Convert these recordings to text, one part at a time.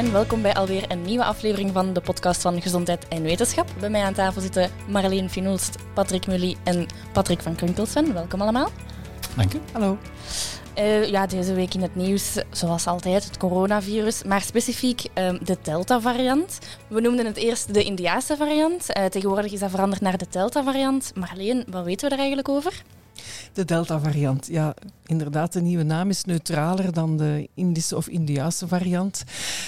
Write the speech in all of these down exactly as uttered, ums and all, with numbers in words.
en welkom bij alweer een nieuwe aflevering van de podcast van Gezondheid en Wetenschap. Bij mij aan tafel zitten Marleen Finoelst, Patrick Mully en Patrick van Krunkelsven. Welkom allemaal. Dank u. Hallo. Uh, ja, deze week in het nieuws, zoals altijd, het coronavirus, maar specifiek uh, de Delta-variant. We noemden het eerst de Indiase variant. Uh, tegenwoordig is dat veranderd naar de Delta-variant. Marleen, wat weten we daar eigenlijk over? De Delta-variant, ja, inderdaad, de nieuwe naam is neutraler dan de Indische of Indiase variant.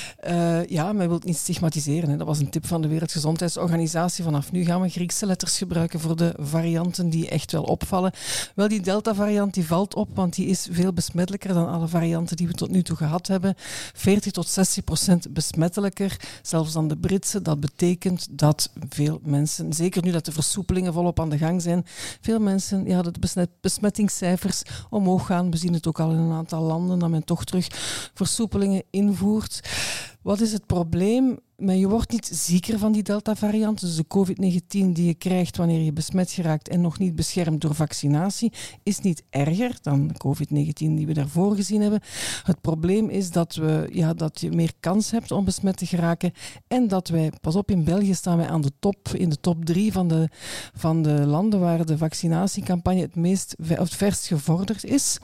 Uh, ja, men wil het niet stigmatiseren. Hè. Dat was een tip van de Wereldgezondheidsorganisatie. Vanaf nu gaan we Griekse letters gebruiken voor de varianten die echt wel opvallen. Wel, die Delta-variant die valt op, want die is veel besmettelijker dan alle varianten die we tot nu toe gehad hebben. veertig tot zestig procent besmettelijker, zelfs dan de Britse. Dat betekent dat veel mensen, zeker nu dat de versoepelingen volop aan de gang zijn, veel mensen, ja, de besmettingscijfers omhoog gaan. We zien het ook al in een aantal landen, dat men toch terug versoepelingen invoert. Wat is het probleem? Maar je wordt niet zieker van die Delta-variant. Dus de covid negentien die je krijgt wanneer je besmet geraakt en nog niet beschermd door vaccinatie, is niet erger dan de covid negentien die we daarvoor gezien hebben. Het probleem is dat, we, ja, dat je meer kans hebt om besmet te geraken en dat wij, pas op, in België staan wij aan de top, in de top drie van de, van de landen waar de vaccinatiecampagne het meest, of het verst gevorderd is.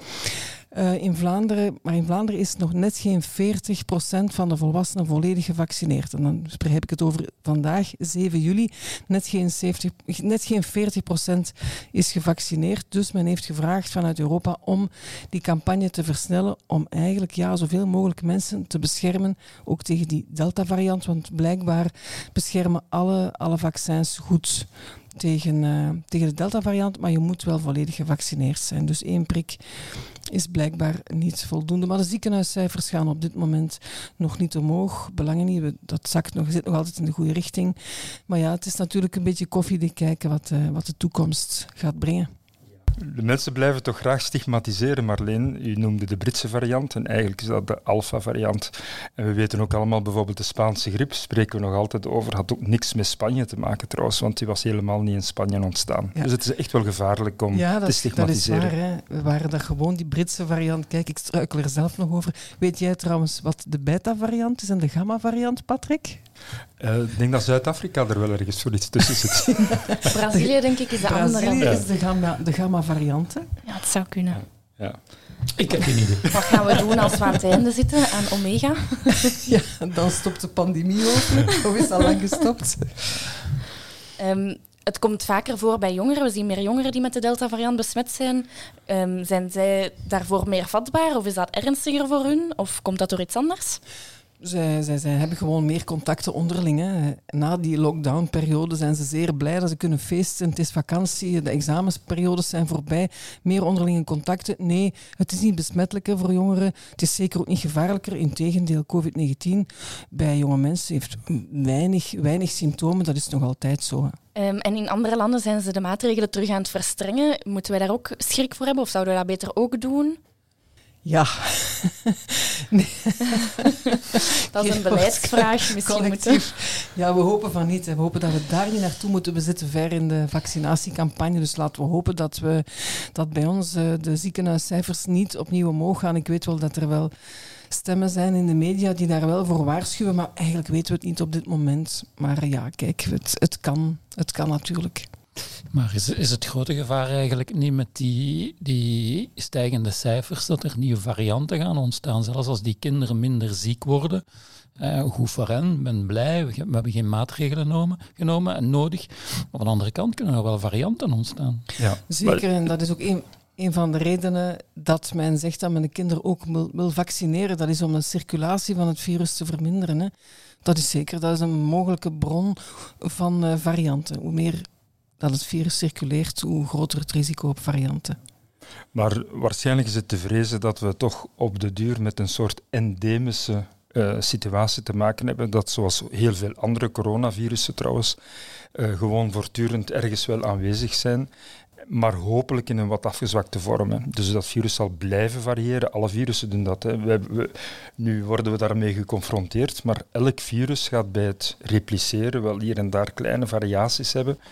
Uh, in Vlaanderen, maar in Vlaanderen is nog net geen veertig procent van de volwassenen volledig gevaccineerd. En dan heb ik het over vandaag, zeven juli. Net geen, zeventig, net geen veertig procent is gevaccineerd. Dus men heeft gevraagd vanuit Europa om die campagne te versnellen, om eigenlijk ja, zoveel mogelijk mensen te beschermen, ook tegen die Delta-variant. Want blijkbaar beschermen alle, alle vaccins goed tegen, uh, tegen de Delta-variant, maar je moet wel volledig gevaccineerd zijn. Dus één prik is blijkbaar niet voldoende. Maar de ziekenhuiscijfers gaan op dit moment nog niet omhoog. Belangen niet, dat zakt nog, zit nog altijd in de goede richting. Maar ja, het is natuurlijk een beetje koffiedik kijken wat, uh, wat de toekomst gaat brengen. De mensen blijven toch graag stigmatiseren, Marleen. U noemde de Britse variant en eigenlijk is dat de Alpha-variant. En we weten ook allemaal, bijvoorbeeld de Spaanse griep, spreken we nog altijd over, had ook niks met Spanje te maken trouwens, want die was helemaal niet in Spanje ontstaan. Ja. Dus het is echt wel gevaarlijk om ja, dat, te stigmatiseren. Ja, dat is waar. Hè. We waren daar gewoon die Britse variant. Kijk, ik struikel er zelf nog over. Weet jij trouwens wat de Beta-variant is en de Gamma-variant, Patrick? Uh, ik denk dat Zuid-Afrika er wel ergens voor iets tussen zit. Brazilië, denk ik, is de Brazilië andere. Brazilië is de gamma, de gamma-variant. Hè? Ja, het zou kunnen. Ja. Ja. Ik heb geen idee. Wat gaan we doen als we aan het einde zitten aan Omega? Ja, dan stopt de pandemie hopelijk. Of is al lang gestopt? Um, Het komt vaker voor bij jongeren. We zien meer jongeren die met de Delta-variant besmet zijn. Um, zijn zij daarvoor meer vatbaar of is dat ernstiger voor hun? Of komt dat door iets anders? Zij, zij, zij hebben gewoon meer contacten onderling. Hè. Na die lockdown-periode zijn ze zeer blij dat ze kunnen feesten. Het is vakantie, de examensperiodes zijn voorbij. Meer onderlinge contacten. Nee, het is niet besmettelijker voor jongeren. Het is zeker ook niet gevaarlijker. Integendeel, covid negentien bij jonge mensen heeft weinig, weinig symptomen. Dat is nog altijd zo. Hè. Um, en in andere landen zijn ze de maatregelen terug aan het verstrengen. Moeten wij daar ook schrik voor hebben of zouden we dat beter ook doen? Ja. Nee. Dat is een beleidsvraag. Misschien moeten... Ja, we hopen van niet. We hopen dat we daar niet naartoe moeten. We zitten ver in de vaccinatiecampagne. Dus laten we hopen dat, we, dat bij ons uh, de ziekenhuiscijfers niet opnieuw omhoog gaan. Ik weet wel dat er wel stemmen zijn in de media die daar wel voor waarschuwen. Maar eigenlijk weten we het niet op dit moment. Maar ja, kijk, het, het kan. Het kan natuurlijk. Maar is, is het grote gevaar eigenlijk niet met die, die stijgende cijfers dat er nieuwe varianten gaan ontstaan, zelfs als die kinderen minder ziek worden? Uh, goed voor hen, ik ben blij, we, we hebben geen maatregelen genomen, genomen en nodig. Maar aan de andere kant kunnen er wel varianten ontstaan. Ja. Zeker, en dat is ook een, een van de redenen dat men zegt dat men de kinderen ook wil, wil vaccineren. Dat is om de circulatie van het virus te verminderen. Hè. Dat is zeker, dat is een mogelijke bron van uh, varianten. Hoe meer dat het virus circuleert, hoe groter het risico op varianten. Maar waarschijnlijk is het te vrezen dat we toch op de duur met een soort endemische uh, situatie te maken hebben, dat zoals heel veel andere coronavirussen trouwens, uh, gewoon voortdurend ergens wel aanwezig zijn, maar hopelijk in een wat afgezwakte vorm. Hè. Dus dat virus zal blijven variëren. Alle virussen doen dat. Hè. We, we, nu worden we daarmee geconfronteerd, maar elk virus gaat bij het repliceren wel hier en daar kleine variaties hebben.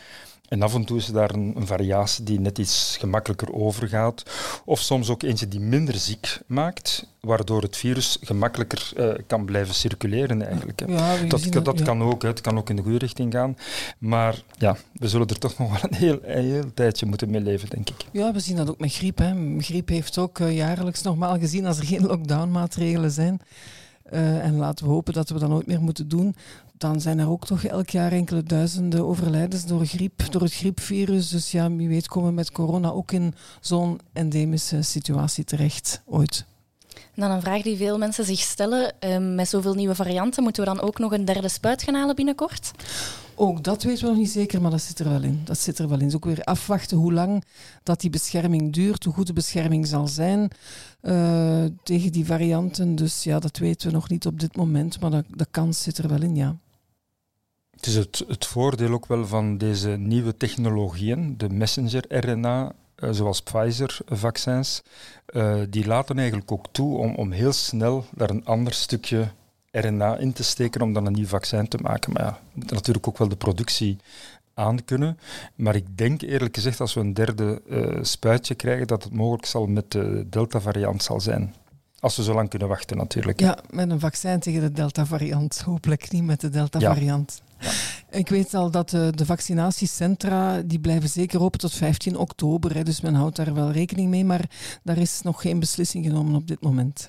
En af en toe is er daar een, een variatie die net iets gemakkelijker overgaat. Of soms ook eentje die minder ziek maakt, waardoor het virus gemakkelijker uh, kan blijven circuleren eigenlijk. Hè. Ja, dat dat, dat ja. kan ook, hè. Het kan ook in de goede richting gaan. Maar ja, we zullen er toch nog wel een heel, een heel tijdje moeten mee leven, denk ik. Ja, we zien dat ook met griep. Hè. Griep heeft ook uh, jaarlijks nogmaals gezien als er geen lockdownmaatregelen zijn. Uh, en laten we hopen dat we dat nooit meer moeten doen. Dan zijn er ook toch elk jaar enkele duizenden overlijdens door griep, door het griepvirus. Dus ja, wie weet komen we met corona ook in zo'n endemische situatie terecht, ooit. En dan een vraag die veel mensen zich stellen. Um, met zoveel nieuwe varianten, moeten we dan ook nog een derde spuit gaan halen binnenkort? Ook dat weten we nog niet zeker, maar dat zit er wel in. Dat zit er wel in. Dus ook weer afwachten hoe lang dat die bescherming duurt, hoe goed de bescherming zal zijn uh, tegen die varianten. Dus ja, dat weten we nog niet op dit moment, maar dat, de kans zit er wel in, ja. Het is het, het voordeel ook wel van deze nieuwe technologieën, de messenger-R N A, uh, zoals Pfizer-vaccins, uh, die laten eigenlijk ook toe om, om heel snel daar een ander stukje R N A in te steken om dan een nieuw vaccin te maken. Maar ja, we moeten natuurlijk ook wel de productie aankunnen. Maar ik denk eerlijk gezegd, als we een derde uh, spuitje krijgen, dat het mogelijk zal met de Delta-variant zal zijn. Als we zo lang kunnen wachten natuurlijk. Ja, met een vaccin tegen de Delta-variant. Hopelijk niet met de Delta-variant. Ja. Ja. Ik weet al dat de, de vaccinatiecentra, die blijven zeker open tot vijftien oktober. Hè, dus men houdt daar wel rekening mee, maar daar is nog geen beslissing genomen op dit moment.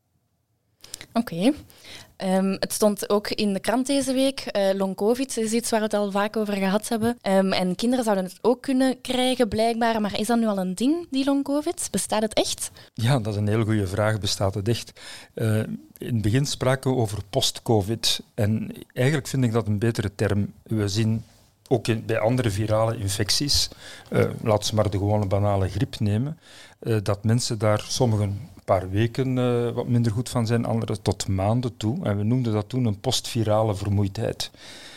Oké. Okay. Um, het stond ook in de krant deze week. Uh, long covid is iets waar we het al vaak over gehad hebben. Um, en kinderen zouden het ook kunnen krijgen, blijkbaar. Maar is dat nu al een ding, die long covid? Bestaat het echt? Ja, dat is een heel goede vraag. Bestaat het echt? Uh, in het begin spraken we over post-covid. En eigenlijk vind ik dat een betere term. We zien ook in, bij andere virale infecties, uh, laten we maar de gewone banale griep nemen, uh, dat mensen daar sommigen paar weken uh, wat minder goed van zijn, anderen tot maanden toe. En we noemden dat toen een postvirale vermoeidheid.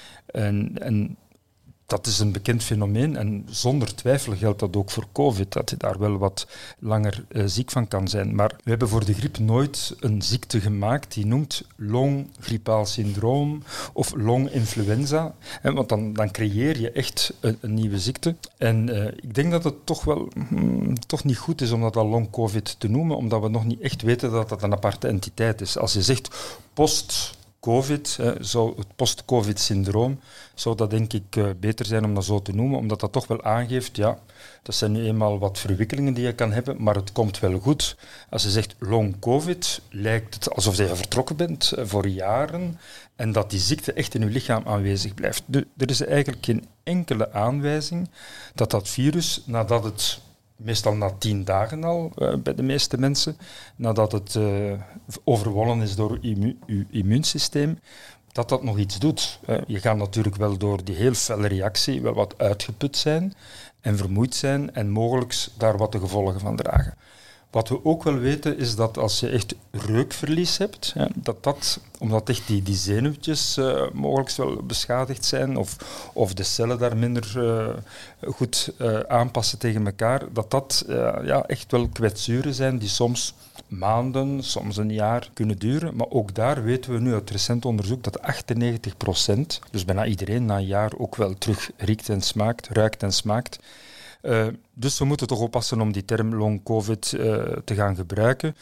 En, en dat is een bekend fenomeen en zonder twijfel geldt dat ook voor COVID, dat je daar wel wat langer uh, ziek van kan zijn. Maar we hebben voor de griep nooit een ziekte gemaakt die noemt long-grippaal syndroom of long-influenza. Hè, want dan, dan creëer je echt een, een nieuwe ziekte. En uh, ik denk dat het toch wel hmm, toch niet goed is om dat al long-covid te noemen, omdat we nog niet echt weten dat dat een aparte entiteit is. Als je zegt post COVID, hè, zou het post-covid-syndroom, zou dat denk ik uh, beter zijn om dat zo te noemen, omdat dat toch wel aangeeft, ja, dat zijn nu eenmaal wat verwikkelingen die je kan hebben, maar het komt wel goed. Als je zegt long-covid, lijkt het alsof je vertrokken bent uh, voor jaren en dat die ziekte echt in je lichaam aanwezig blijft. De, er is eigenlijk geen enkele aanwijzing dat dat virus, nadat het meestal na tien dagen al, uh, bij de meeste mensen, nadat het uh, overwonnen is door immu- uw immuunsysteem, dat dat nog iets doet. Uh, je gaat natuurlijk wel door die heel felle reactie wel wat uitgeput zijn en vermoeid zijn en mogelijk daar wat de gevolgen van dragen. Wat we ook wel weten is dat als je echt reukverlies hebt, ja, dat dat, omdat echt die, die zenuwtjes uh, mogelijk wel beschadigd zijn of, of de cellen daar minder uh, goed uh, aanpassen tegen elkaar, dat dat uh, ja, echt wel kwetsuren zijn die soms maanden, soms een jaar kunnen duren. Maar ook daar weten we nu uit recent onderzoek dat achtennegentig procent, dus bijna iedereen na een jaar ook wel terug riekt en smaakt, ruikt en smaakt. Uh, dus we moeten toch oppassen om die term long covid uh, te gaan gebruiken.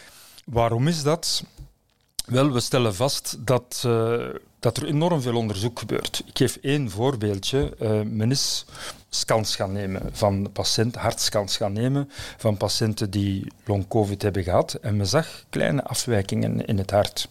Waarom is dat? Wel, we stellen vast dat, uh, dat er enorm veel onderzoek gebeurt. Ik geef één voorbeeldje. Uh, men is scans gaan nemen van patiënten, hartscans gaan nemen van patiënten die long covid hebben gehad. En men zag kleine afwijkingen in het hart.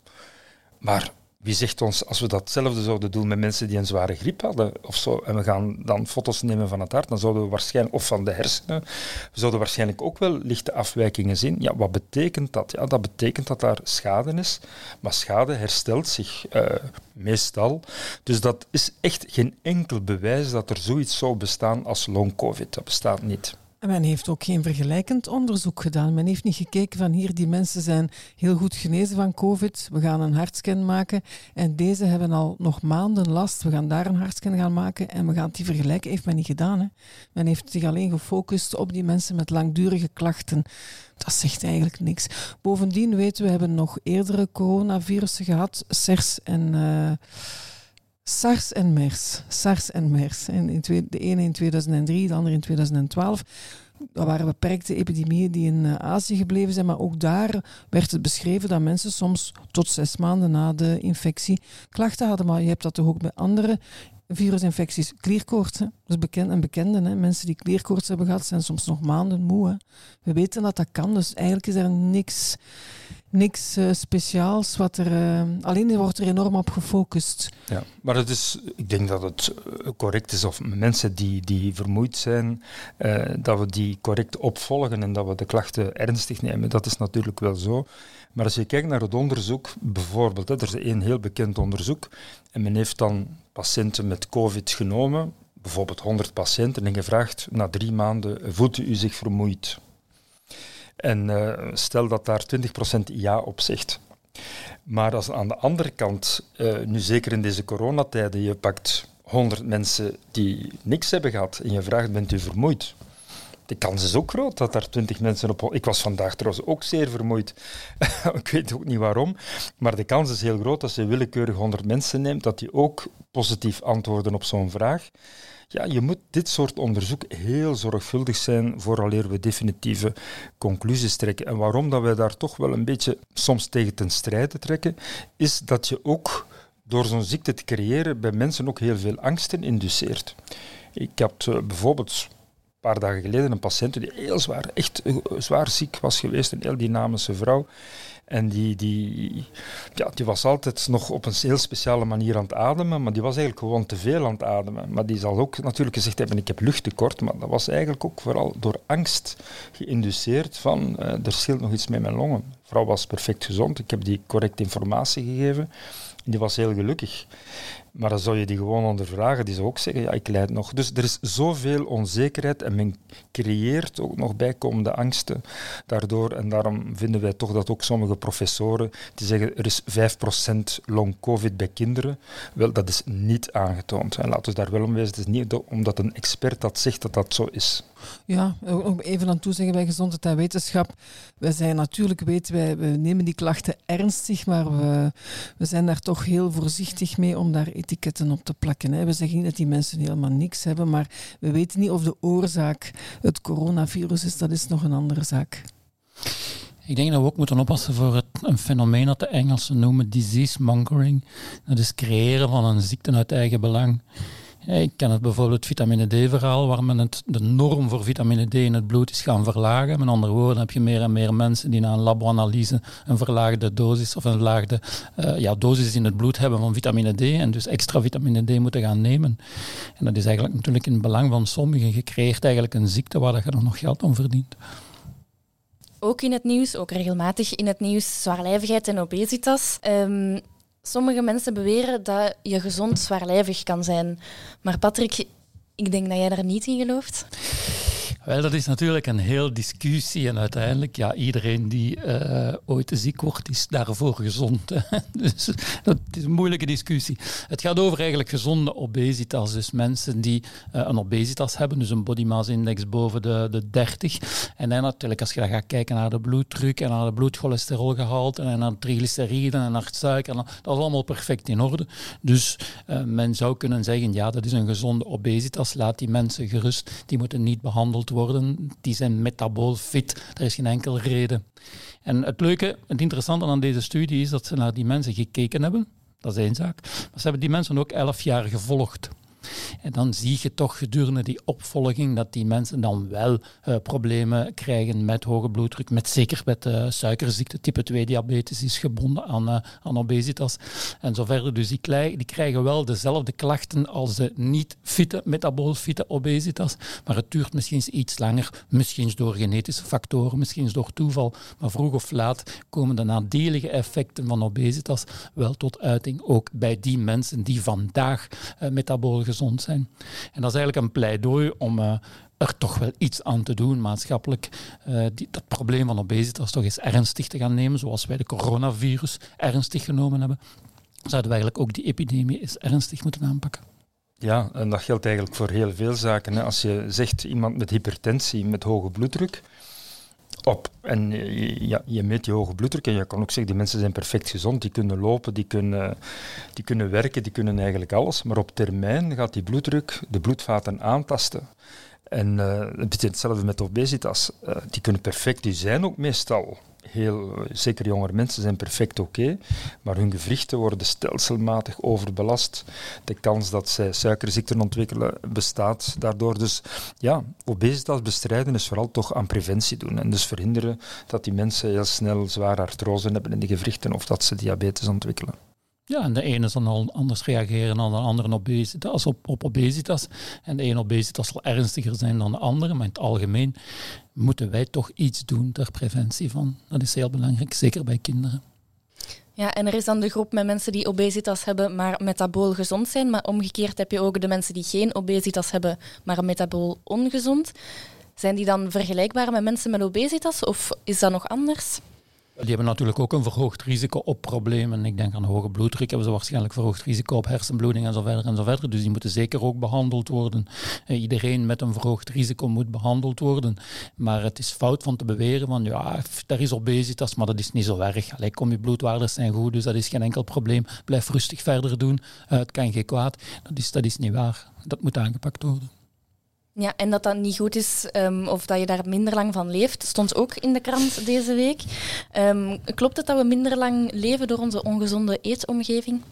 Maar wie zegt ons, als we datzelfde zouden doen met mensen die een zware griep hadden, of zo, en we gaan dan foto's nemen van het hart, dan zouden we waarschijnlijk, of van de hersenen, we zouden waarschijnlijk ook wel lichte afwijkingen zien. Ja, wat betekent dat? Ja, dat betekent dat daar schade is, maar schade herstelt zich uh, meestal. Dus dat is echt geen enkel bewijs dat er zoiets zou bestaan als long covid. Dat bestaat niet. En men heeft ook geen vergelijkend onderzoek gedaan. Men heeft niet gekeken van hier, die mensen zijn heel goed genezen van COVID. We gaan een hartscan maken. En deze hebben al nog maanden last. We gaan daar een hartscan gaan maken en we gaan die vergelijken. Heeft men niet gedaan. Hè? Men heeft zich alleen gefocust op die mensen met langdurige klachten. Dat zegt eigenlijk niks. Bovendien weten we, we hebben nog eerdere coronavirussen gehad. SARS en... Uh, SARS en MERS. SARS en MERS. En in twee, de ene in tweeduizend drie, de andere in tweeduizend twaalf. Dat waren beperkte epidemieën die in Azië gebleven zijn, maar ook daar werd het beschreven dat mensen soms tot zes maanden na de infectie klachten hadden. Maar je hebt dat toch ook bij andere virusinfecties. Klierkoorts, hè? Dat is bekend, een bekende. Hè? Mensen die klierkoorts hebben gehad, zijn soms nog maanden moe. Hè? We weten dat dat kan, dus eigenlijk is er niks, niks uh, speciaals. Wat er, uh, alleen wordt er enorm op gefocust. Ja, maar het is, ik denk dat het correct is, of mensen die, die vermoeid zijn, uh, dat we die correct opvolgen en dat we de klachten ernstig nemen. Dat is natuurlijk wel zo. Maar als je kijkt naar het onderzoek, bijvoorbeeld, hè, er is een heel bekend onderzoek en men heeft dan patiënten met COVID genomen, bijvoorbeeld honderd patiënten, en gevraagd, na drie maanden, voelt u zich vermoeid? En uh, stel dat daar twintig procent ja op zegt. Maar als aan de andere kant, uh, nu zeker in deze coronatijden, je pakt honderd mensen die niks hebben gehad en je vraagt, bent u vermoeid? De kans is ook groot dat daar twintig mensen op... Ik was vandaag trouwens ook zeer vermoeid. Ik weet ook niet waarom. Maar de kans is heel groot als je willekeurig honderd mensen neemt, dat die ook positief antwoorden op zo'n vraag. Ja, je moet dit soort onderzoek heel zorgvuldig zijn vooraleer we definitieve conclusies trekken. En waarom dat wij daar toch wel een beetje soms tegen ten strijde trekken, is dat je ook door zo'n ziekte te creëren bij mensen ook heel veel angsten induceert. Ik had uh, bijvoorbeeld... een paar dagen geleden een patiënt die heel zwaar, echt zwaar ziek was geweest, een heel dynamische vrouw. En die, die, ja, die was altijd nog op een heel speciale manier aan het ademen, maar die was eigenlijk gewoon te veel aan het ademen. Maar die zal ook natuurlijk gezegd hebben, ik heb luchttekort, maar dat was eigenlijk ook vooral door angst geïnduceerd van, uh, er scheelt nog iets met mijn longen. De vrouw was perfect gezond, ik heb die correcte informatie gegeven. Die was heel gelukkig. Maar dan zou je die gewoon ondervragen, die zou ook zeggen, ja, ik lijd nog. Dus er is zoveel onzekerheid en men creëert ook nog bijkomende angsten daardoor. En daarom vinden wij toch dat ook sommige professoren die zeggen, er is vijf procent long-covid bij kinderen. Wel, dat is niet aangetoond. En laten we daar wel om wezen, het is niet omdat een expert dat zegt dat dat zo is. Ja, ook even aan toezeggen bij gezondheid en wetenschap. Wij zijn natuurlijk, weten wij, we nemen die klachten ernstig, maar we, we zijn daar toch heel voorzichtig mee om daar etiketten op te plakken. Hè. We zeggen niet dat die mensen helemaal niks hebben, maar we weten niet of de oorzaak het coronavirus is. Dat is nog een andere zaak. Ik denk dat we ook moeten oppassen voor het, een fenomeen dat de Engelsen noemen disease mongering. Dat is creëren van een ziekte uit eigen belang. Ik ken het bijvoorbeeld vitamine D-verhaal, waar men het, de norm voor vitamine D in het bloed is gaan verlagen. Met andere woorden heb je meer en meer mensen die na een labo-analyse een verlaagde dosis of een verlaagde uh, ja, dosis in het bloed hebben van vitamine D en dus extra vitamine D moeten gaan nemen. En dat is eigenlijk natuurlijk in het belang van sommigen. Je creëert eigenlijk een ziekte waar je er nog geld om verdient. Ook in het nieuws, ook regelmatig in het nieuws, zwaarlijvigheid en obesitas. Um, Sommige mensen beweren dat je gezond zwaarlijvig kan zijn. Maar Patrick, ik denk dat jij daar niet in gelooft. Wel, dat is natuurlijk een heel discussie en uiteindelijk, ja, iedereen die uh, ooit ziek wordt, is daarvoor gezond. Hè. Dus dat is een moeilijke discussie. Het gaat over eigenlijk gezonde obesitas, dus mensen die uh, een obesitas hebben, dus een body mass index boven de, de dertig. En dan natuurlijk, als je dan gaat kijken naar de bloeddruk en naar de bloedcholesterolgehalte en naar de triglyceriden en naar het suiker, dat is allemaal perfect in orde. Dus uh, men zou kunnen zeggen, ja, dat is een gezonde obesitas, laat die mensen gerust, die moeten niet behandeld worden, die zijn metabool fit, er is geen enkele reden. En het leuke, het interessante aan deze studie is dat ze naar die mensen gekeken hebben, dat is één zaak, maar ze hebben die mensen ook elf jaar gevolgd. En dan zie je toch gedurende die opvolging dat die mensen dan wel uh, problemen krijgen met hoge bloeddruk, met, zeker met uh, suikerziekte, type twee diabetes is gebonden aan, uh, aan obesitas en zo verder. Dus die, klei, die krijgen wel dezelfde klachten als de niet-fitte, metabool-fitte obesitas, maar het duurt misschien iets langer, misschien door genetische factoren, misschien door toeval, maar vroeg of laat komen de nadelige effecten van obesitas wel tot uiting, ook bij die mensen die vandaag uh, metabool gezond zijn. En dat is eigenlijk een pleidooi om uh, er toch wel iets aan te doen, maatschappelijk. Uh, die, dat probleem van obesitas toch eens ernstig te gaan nemen, zoals wij de coronavirus ernstig genomen hebben. Zouden we eigenlijk ook die epidemie eens ernstig moeten aanpakken. Ja, en dat geldt eigenlijk voor heel veel zaken. Hè. Als je zegt iemand met hypertensie, met hoge bloeddruk, op. En je, ja, je meet je hoge bloeddruk en je kan ook zeggen, die mensen zijn perfect gezond, die kunnen lopen, die kunnen, die kunnen werken, die kunnen eigenlijk alles. Maar op termijn gaat die bloeddruk de bloedvaten aantasten. En uh, het betekent hetzelfde met obesitas. Uh, die kunnen perfect, die zijn ook meestal heel, zeker jongere mensen zijn perfect oké, okay, maar hun gewrichten worden stelselmatig overbelast. De kans dat zij suikerziekten ontwikkelen bestaat daardoor. Dus ja, obesitas bestrijden is vooral toch aan preventie doen. En dus verhinderen dat die mensen heel snel zware artrose hebben in de gewrichten of dat ze diabetes ontwikkelen. Ja, en de ene zal al anders reageren dan de andere obesitas, op, op obesitas. En de ene obesitas zal ernstiger zijn dan de andere, maar in het algemeen moeten wij toch iets doen ter preventie van. Dat is heel belangrijk, zeker bij kinderen. Ja, en er is dan de groep met mensen die obesitas hebben, maar metabool gezond zijn. Maar omgekeerd heb je ook de mensen die geen obesitas hebben, maar metabool ongezond. Zijn die dan vergelijkbaar met mensen met obesitas of is dat nog anders? Die hebben natuurlijk ook een verhoogd risico op problemen. Ik denk aan hoge bloeddruk, hebben ze waarschijnlijk verhoogd risico op hersenbloeding en zo verder en zo verder. Dus die moeten zeker ook behandeld worden. Uh, iedereen met een verhoogd risico moet behandeld worden. Maar het is fout van te beweren van ja, daar is obesitas, maar dat is niet zo erg. Allee, kom, je bloedwaardes zijn goed, dus dat is geen enkel probleem. Blijf rustig verder doen, uh, het kan geen kwaad. Dat is, dat is niet waar. Dat moet aangepakt worden. Ja, en dat dat niet goed is, um, of dat je daar minder lang van leeft, stond ook in de krant deze week. Um, klopt het dat we minder lang leven door onze ongezonde eetomgeving?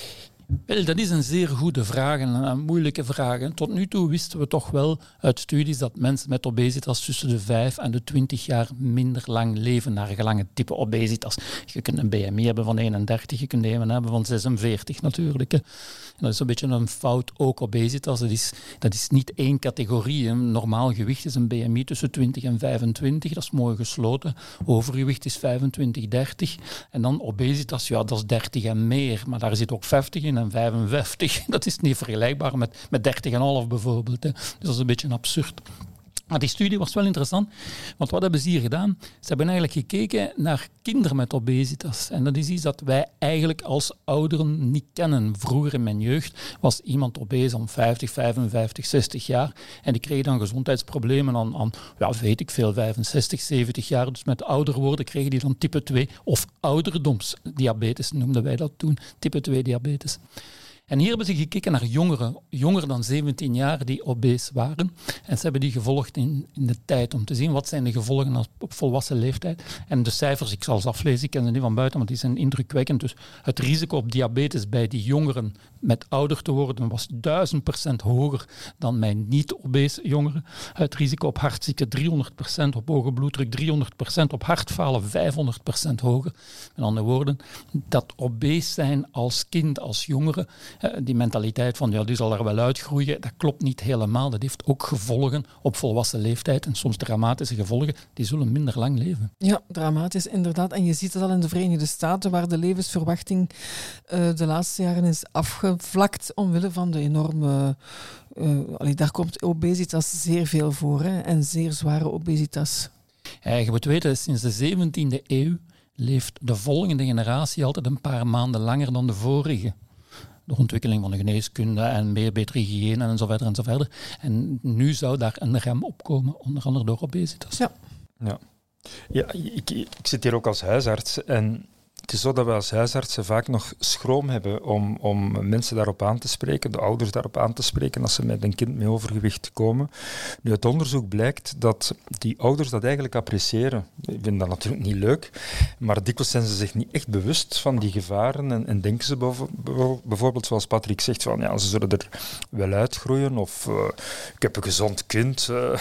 Wel, dat is een zeer goede vraag en een moeilijke vraag. Tot nu toe wisten we toch wel uit studies dat mensen met obesitas tussen de vijf en de twintig jaar minder lang leven naar gelang het type obesitas. Je kunt een B M I hebben van eenendertig, je kunt een hebben van zesenveertig natuurlijk. Hè. En dat is een beetje een fout, ook obesitas. Dat is, dat is niet één categorie. Hè. Normaal gewicht is een B M I tussen twintig en vijfentwintig, dat is mooi gesloten. Overgewicht is vijfentwintig, dertig. En dan obesitas, ja, dat is dertig en meer, maar daar zit ook vijftig in. En vijfenvijftig, dat is niet vergelijkbaar met, met dertig komma vijf bijvoorbeeld. Hè. Dus dat is een beetje absurd. Maar die studie was wel interessant, want wat hebben ze hier gedaan? Ze hebben eigenlijk gekeken naar kinderen met obesitas. En dat is iets dat wij eigenlijk als ouderen niet kennen. Vroeger in mijn jeugd was iemand obese om vijftig, vijfenvijftig, zestig jaar. En die kreeg dan gezondheidsproblemen aan, aan ja, weet ik veel, vijfenzestig, zeventig jaar. Dus met ouder worden kregen die dan type twee of ouderdomsdiabetes, noemden wij dat toen, type twee diabetes. En hier hebben ze gekeken naar jongeren, jonger dan zeventien jaar, die obese waren. En ze hebben die gevolgd in, in de tijd om te zien wat zijn de gevolgen op volwassen leeftijd. En de cijfers, ik zal ze aflezen, ik ken ze niet van buiten, want die zijn indrukwekkend. Dus het risico op diabetes bij die jongeren met ouder te worden was duizend procent hoger dan bij niet-obese jongeren. Het risico op hartziekte driehonderd procent, op hoge bloeddruk driehonderd procent, op hartfalen vijfhonderd procent hoger. Met andere woorden, dat obese zijn als kind, als jongere, die mentaliteit van ja, die zal er wel uitgroeien, dat klopt niet helemaal. Dat heeft ook gevolgen op volwassen leeftijd en soms dramatische gevolgen. Die zullen minder lang leven. Ja, dramatisch inderdaad. En je ziet het al in de Verenigde Staten, waar de levensverwachting uh, de laatste jaren is afgevlakt omwille van de enorme... Uh, allee, daar komt obesitas zeer veel voor, hè, en zeer zware obesitas. Ja, je moet weten, sinds de zeventiende eeuw leeft de volgende generatie altijd een paar maanden langer dan de vorige. De ontwikkeling van de geneeskunde en meer betere hygiëne en zo verder en zo verder. En nu zou daar een rem op komen, onder andere door obesitas. Ja, ja. ja ik, ik zit hier ook als huisarts en het is zo dat we als huisartsen vaak nog schroom hebben om, om mensen daarop aan te spreken, de ouders daarop aan te spreken als ze met een kind met overgewicht komen. Nu, uit onderzoek blijkt dat die ouders dat eigenlijk appreciëren. Ik vind dat natuurlijk niet leuk, maar dikwijls zijn ze zich niet echt bewust van die gevaren en, en denken ze bev- bijvoorbeeld, zoals Patrick zegt, van ja, ze zullen er wel uitgroeien of uh, ik heb een gezond kind, uh,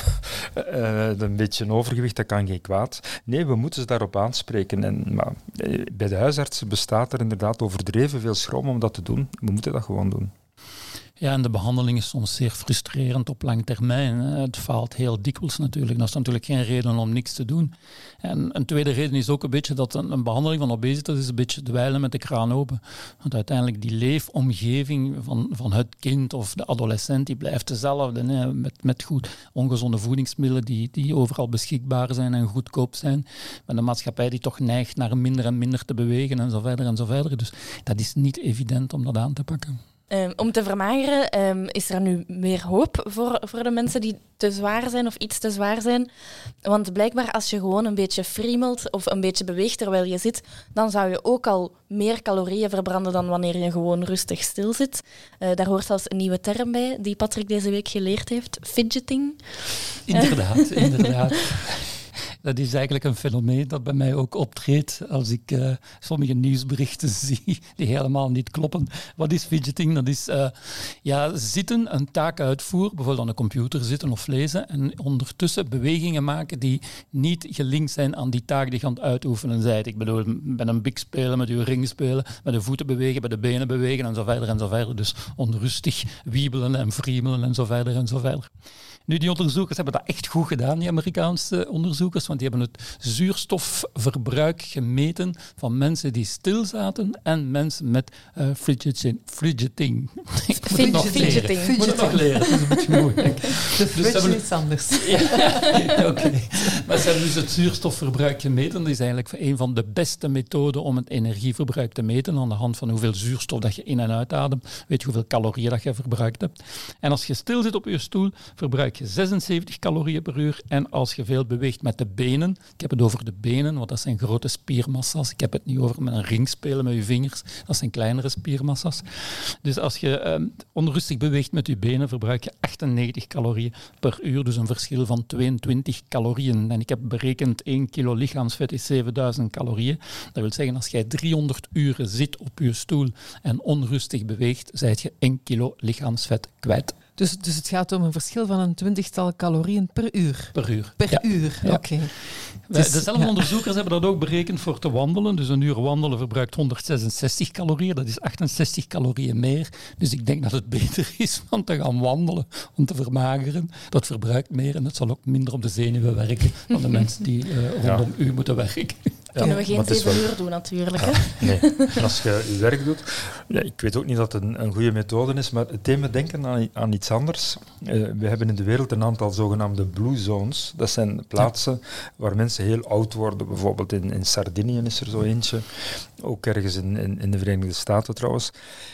uh, een beetje een overgewicht, dat kan geen kwaad. Nee, we moeten ze daarop aanspreken. En, maar, uh, bij de huisartsen bestaat er inderdaad overdreven veel schroom om dat te doen. We moeten dat gewoon doen. Ja, en de behandeling is soms zeer frustrerend op lang termijn. Het faalt heel dikwijls natuurlijk. Dat is natuurlijk geen reden om niks te doen. En een tweede reden is ook een beetje dat een, een behandeling van obesitas is een beetje dweilen met de kraan open. Want uiteindelijk die leefomgeving van, van het kind of de adolescent, die blijft dezelfde. Hè, met, met goed ongezonde voedingsmiddelen die, die overal beschikbaar zijn en goedkoop zijn. Met een maatschappij die toch neigt naar minder en minder te bewegen en zo verder en zo verder. Dus dat is niet evident om dat aan te pakken. Um, om te vermageren um, is er nu meer hoop voor, voor de mensen die te zwaar zijn of iets te zwaar zijn. Want blijkbaar als je gewoon een beetje friemelt of een beetje beweegt terwijl je zit, dan zou je ook al meer calorieën verbranden dan wanneer je gewoon rustig stil zit. Uh, daar hoort zelfs een nieuwe term bij die Patrick deze week geleerd heeft. Fidgeting. Inderdaad, inderdaad. Dat is eigenlijk een fenomeen dat bij mij ook optreedt als ik uh, sommige nieuwsberichten zie die helemaal niet kloppen. Wat is fidgeting? Dat is uh, ja, zitten, een taak uitvoeren, bijvoorbeeld aan de computer zitten of lezen en ondertussen bewegingen maken die niet gelinkt zijn aan die taak die je aan het uitoefenen bent. Ik bedoel, met een bik spelen, met je ring spelen, met de voeten bewegen, met de benen bewegen en zo verder en zo verder. Dus onrustig wiebelen en friemelen en zo verder en zo verder. Nu, die onderzoekers hebben dat echt goed gedaan, die Amerikaanse onderzoekers, want die hebben het zuurstofverbruik gemeten van mensen die stil zaten en mensen met uh, fidgeting. Fidgeting. Ik moet het nog leren. Ik moet het nog leren, dat is een beetje moeilijk. De fridge dus is iets anders. Ja, oké. Okay. Maar ze hebben dus het zuurstofverbruik gemeten. Dat is eigenlijk een van de beste methoden om het energieverbruik te meten. Aan de hand van hoeveel zuurstof dat je in- en uitademt, weet je hoeveel calorieën dat je verbruikt hebt. En als je stil zit op je stoel, verbruik je zesenzeventig calorieën per uur. En als je veel beweegt met de benen, ik heb het over de benen, want dat zijn grote spiermassa's. Ik heb het niet over met een ring spelen met je vingers. Dat zijn kleinere spiermassa's. Dus als je um, onrustig beweegt met je benen, verbruik je achtennegentig calorieën per uur. Dus een verschil van tweeëntwintig calorieën. En ik heb berekend één kilo lichaamsvet is zevenduizend calorieën. Dat wil zeggen, als jij driehonderd uren zit op je stoel en onrustig beweegt, zijt je één kilo lichaamsvet kwijt. Dus, dus het gaat om een verschil van een twintigtal calorieën per uur? Per uur. Per ja. uur, ja. oké. Okay. Dezelfde ja. onderzoekers hebben dat ook berekend voor te wandelen. Dus een uur wandelen verbruikt honderdzesenzestig calorieën. Dat is achtenzestig calorieën meer. Dus ik denk dat het beter is om te gaan wandelen, om te vermageren. Dat verbruikt meer en het zal ook minder op de zenuwen werken dan de mensen die uh, rondom ja. u moeten werken. Ja, kunnen we geen zeven wel... uur doen natuurlijk. Ja, hè? Nee, en als je je werk doet... Ja, ik weet ook niet dat het een, een goede methode is, maar het deed me denken aan, aan iets anders. Uh, we hebben in de wereld een aantal zogenaamde blue zones. Dat zijn plaatsen ja. waar mensen heel oud worden. Bijvoorbeeld in, in Sardinië is er zo eentje. Ook ergens in, in, in de Verenigde Staten trouwens.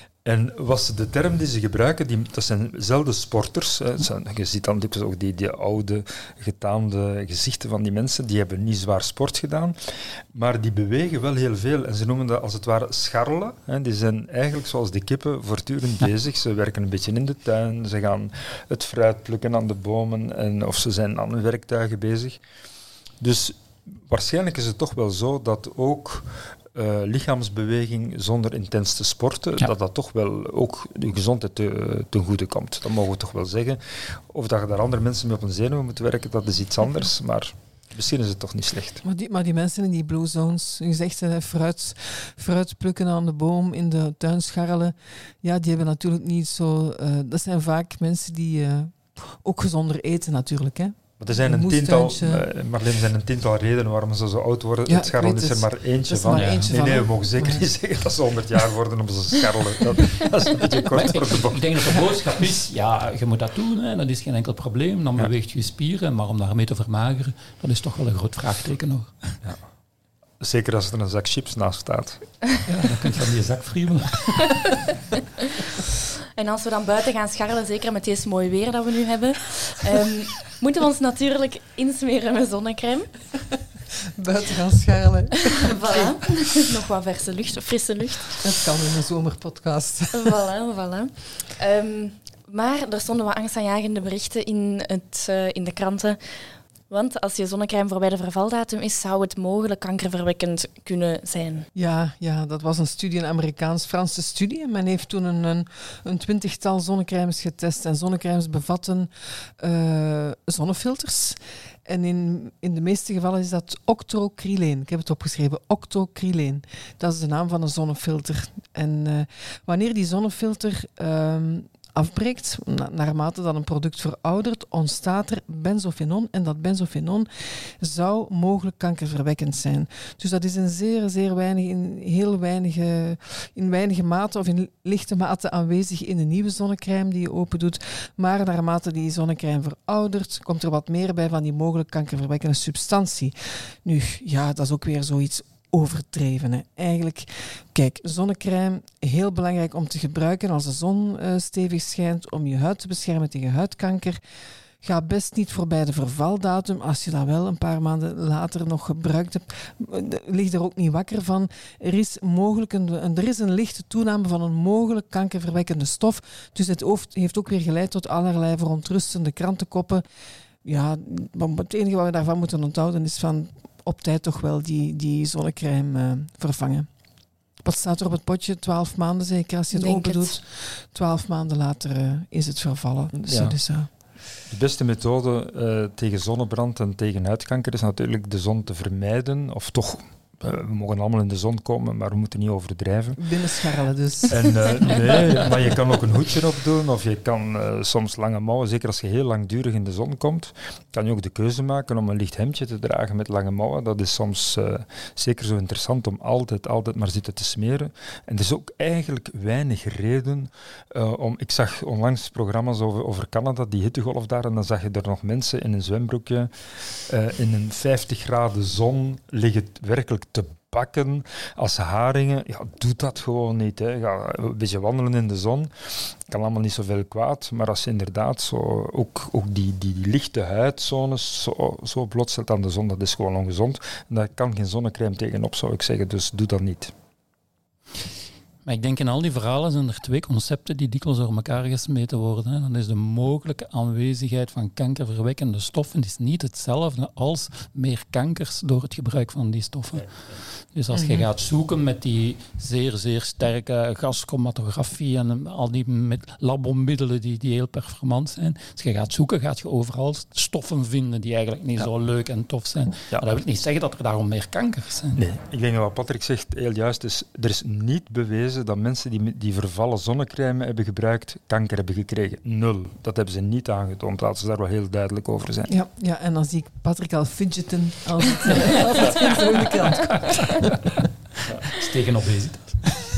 En was de term die ze gebruiken, die, dat zijn zelden sporters. Hè. Zijn, je ziet dan dikwijls ook die, die oude, getaande gezichten van die mensen. Die hebben niet zwaar sport gedaan, maar die bewegen wel heel veel. En ze noemen dat als het ware scharrelen. Hè. Die zijn eigenlijk zoals de kippen voortdurend bezig. Ze werken een beetje in de tuin, ze gaan het fruit plukken aan de bomen en, of ze zijn aan hun werktuigen bezig. Dus waarschijnlijk is het toch wel zo dat ook Uh, lichaamsbeweging zonder intens te sporten, ja. dat dat toch wel ook de gezondheid te, ten goede komt. Dat mogen we toch wel zeggen. Of dat je daar andere mensen mee op een zenuwen moet werken, dat is iets anders, maar misschien is het toch niet slecht. Maar die, maar die mensen in die blue zones, je zegt uh, fruit, fruit plukken aan de boom, in de tuin scharrelen, ja, die hebben natuurlijk niet zo... Uh, dat zijn vaak mensen die uh, ook gezonder eten natuurlijk, hè. Maar er zijn een tiental, uh, Marleen, er zijn een tiental redenen waarom ze zo oud worden. Ja, het scharrelen is er maar eentje van. Maar eentje nee, van, nee, we mogen zeker ja. niet zeggen dat ze honderd jaar worden om ze scharrelen. Dat, dat is een beetje kort voor de bocht. Ik denk dat de boodschap is, ja, je moet dat doen, hè, dat is geen enkel probleem. Dan ja. beweegt je spieren, maar om daarmee te vermageren, dat is toch wel een groot vraagteken nog. Ja. Zeker als er een zak chips naast staat. Ja, dan kun je van die zak friemelen. En als we dan buiten gaan scharrelen, zeker met deze mooie weer dat we nu hebben, um, moeten we ons natuurlijk insmeren met zonnecrème. Buiten gaan scharrelen. Voilà. Nog wat verse lucht, frisse lucht. Dat kan in een zomerpodcast. Voilà, voilà. Um, maar er stonden wat angstaanjagende berichten in, het, uh, in de kranten. Want als je zonnecrème voorbij de vervaldatum is, zou het mogelijk kankerverwekkend kunnen zijn. Ja, ja, dat was een studie, een Amerikaans-Franse studie. Men heeft toen een, een, een twintigtal zonnecrèmes getest. En zonnecrèmes bevatten uh, zonnefilters. En in, in de meeste gevallen is dat octrocryleen. Ik heb het opgeschreven, octrocryleen. Dat is de naam van een zonnefilter. En uh, wanneer die zonnefilter... Uh, afbreekt, na, naarmate dat een product veroudert, ontstaat er benzofenon. En dat benzofenon zou mogelijk kankerverwekkend zijn. Dus dat is in zeer, zeer weinig, in heel weinige, in weinige mate of in lichte mate aanwezig in de nieuwe zonnecrème die je open doet. Maar naarmate die zonnecrème veroudert, komt er wat meer bij van die mogelijk kankerverwekkende substantie. Nu, ja, dat is ook weer zoiets overdreven. Hè. Eigenlijk, kijk, zonnecrème, heel belangrijk om te gebruiken als de zon uh, stevig schijnt, om je huid te beschermen tegen huidkanker. Ga best niet voorbij de vervaldatum. Als je dat wel een paar maanden later nog gebruikt hebt, lig er ook niet wakker van. Er is, mogelijk een, er is een lichte toename van een mogelijk kankerverwekkende stof. Dus het heeft ook weer geleid tot allerlei verontrustende krantenkoppen. Ja, het enige wat we daarvan moeten onthouden is van op tijd toch wel die, die zonnecrème uh, vervangen. Wat staat er op het potje? Twaalf maanden zeker als je het Denk open het. doet. Twaalf maanden later uh, is het vervallen. Dus Ja. dat is, uh, De beste methode uh, tegen zonnebrand en tegen huidkanker is natuurlijk de zon te vermijden. Of toch, uh, we mogen allemaal in de zon komen, maar we moeten niet overdrijven. binnenscharrelen dus. En, uh, nee, maar je kan ook een hoedje opdoen of je kan uh, soms lange mouwen. Zeker als je heel langdurig in de zon komt, kan je ook de keuze maken om een licht hemdje te dragen met lange mouwen. Dat is soms uh, zeker zo interessant om altijd, altijd maar zitten te smeren. En er is ook eigenlijk weinig reden uh, om... Ik zag onlangs programma's over, over Canada, die hittegolf daar, en dan zag je er nog mensen in een zwembroekje uh, in een vijftig graden zon liggen werkelijk te bakken als haringen. Ja, doe dat gewoon niet. Hè. Ga een beetje wandelen in de zon. Kan allemaal niet zoveel kwaad, maar als je inderdaad zo ook, ook die, die, die lichte huidzones zo, zo blootstelt aan de zon, dat is gewoon ongezond. En daar kan geen zonnecrème tegenop, zou ik zeggen. Dus doe dat niet. Maar ik denk in al die verhalen zijn er twee concepten die dikwijls door elkaar gesmeten worden. Hè. Dat is de mogelijke aanwezigheid van kankerverwekkende stoffen. Het is niet hetzelfde als meer kankers door het gebruik van die stoffen. Dus als je Mhm. gaat zoeken met die zeer, zeer sterke gaschromatografie en al die met labomiddelen die, die heel performant zijn, als je gaat zoeken, gaat je overal stoffen vinden die eigenlijk niet Ja. zo leuk en tof zijn. Ja. Maar dat wil niet zeggen dat er daarom meer kankers zijn. Nee, ik denk dat wat Patrick zegt heel juist is. Er is niet bewezen dat mensen die die vervallen zonnecrème hebben gebruikt, kanker hebben gekregen. Nul. Dat hebben ze niet aangetoond. Laten ze daar wel heel duidelijk over zijn. Ja, ja, en dan zie ik Patrick al fidgeten als het, als het van de volgende kant komt. Dat is tegen obesitas.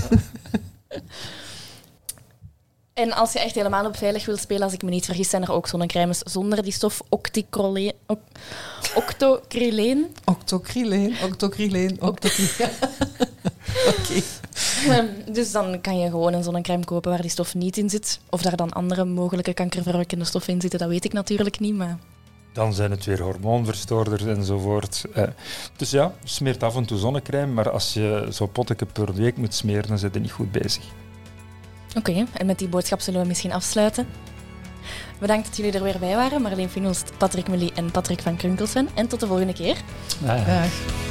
En als je echt helemaal op veilig wilt spelen, als ik me niet vergis, zijn er ook zonnecrèmes zonder die stof octicroleen, oc- octocryleen. Octocryleen, octocryleen, octocryleen. Oké. Ehm, Dus dan kan je gewoon een zonnecrème kopen waar die stof niet in zit. Of daar dan andere mogelijke kankerverwekkende stoffen in zitten, dat weet ik natuurlijk niet. Maar Dan zijn het weer hormoonverstoorders enzovoort. Eh, dus ja, smeert af en toe zonnecrème, maar als je zo'n potje per week moet smeren, dan zit je niet goed bezig. oké, en met die boodschap zullen we misschien afsluiten. Bedankt dat jullie er weer bij waren. Marleen Finolst, Patrick Mully en Patrick van Krunkelsven. En tot de volgende keer. Ja, ja. Dag.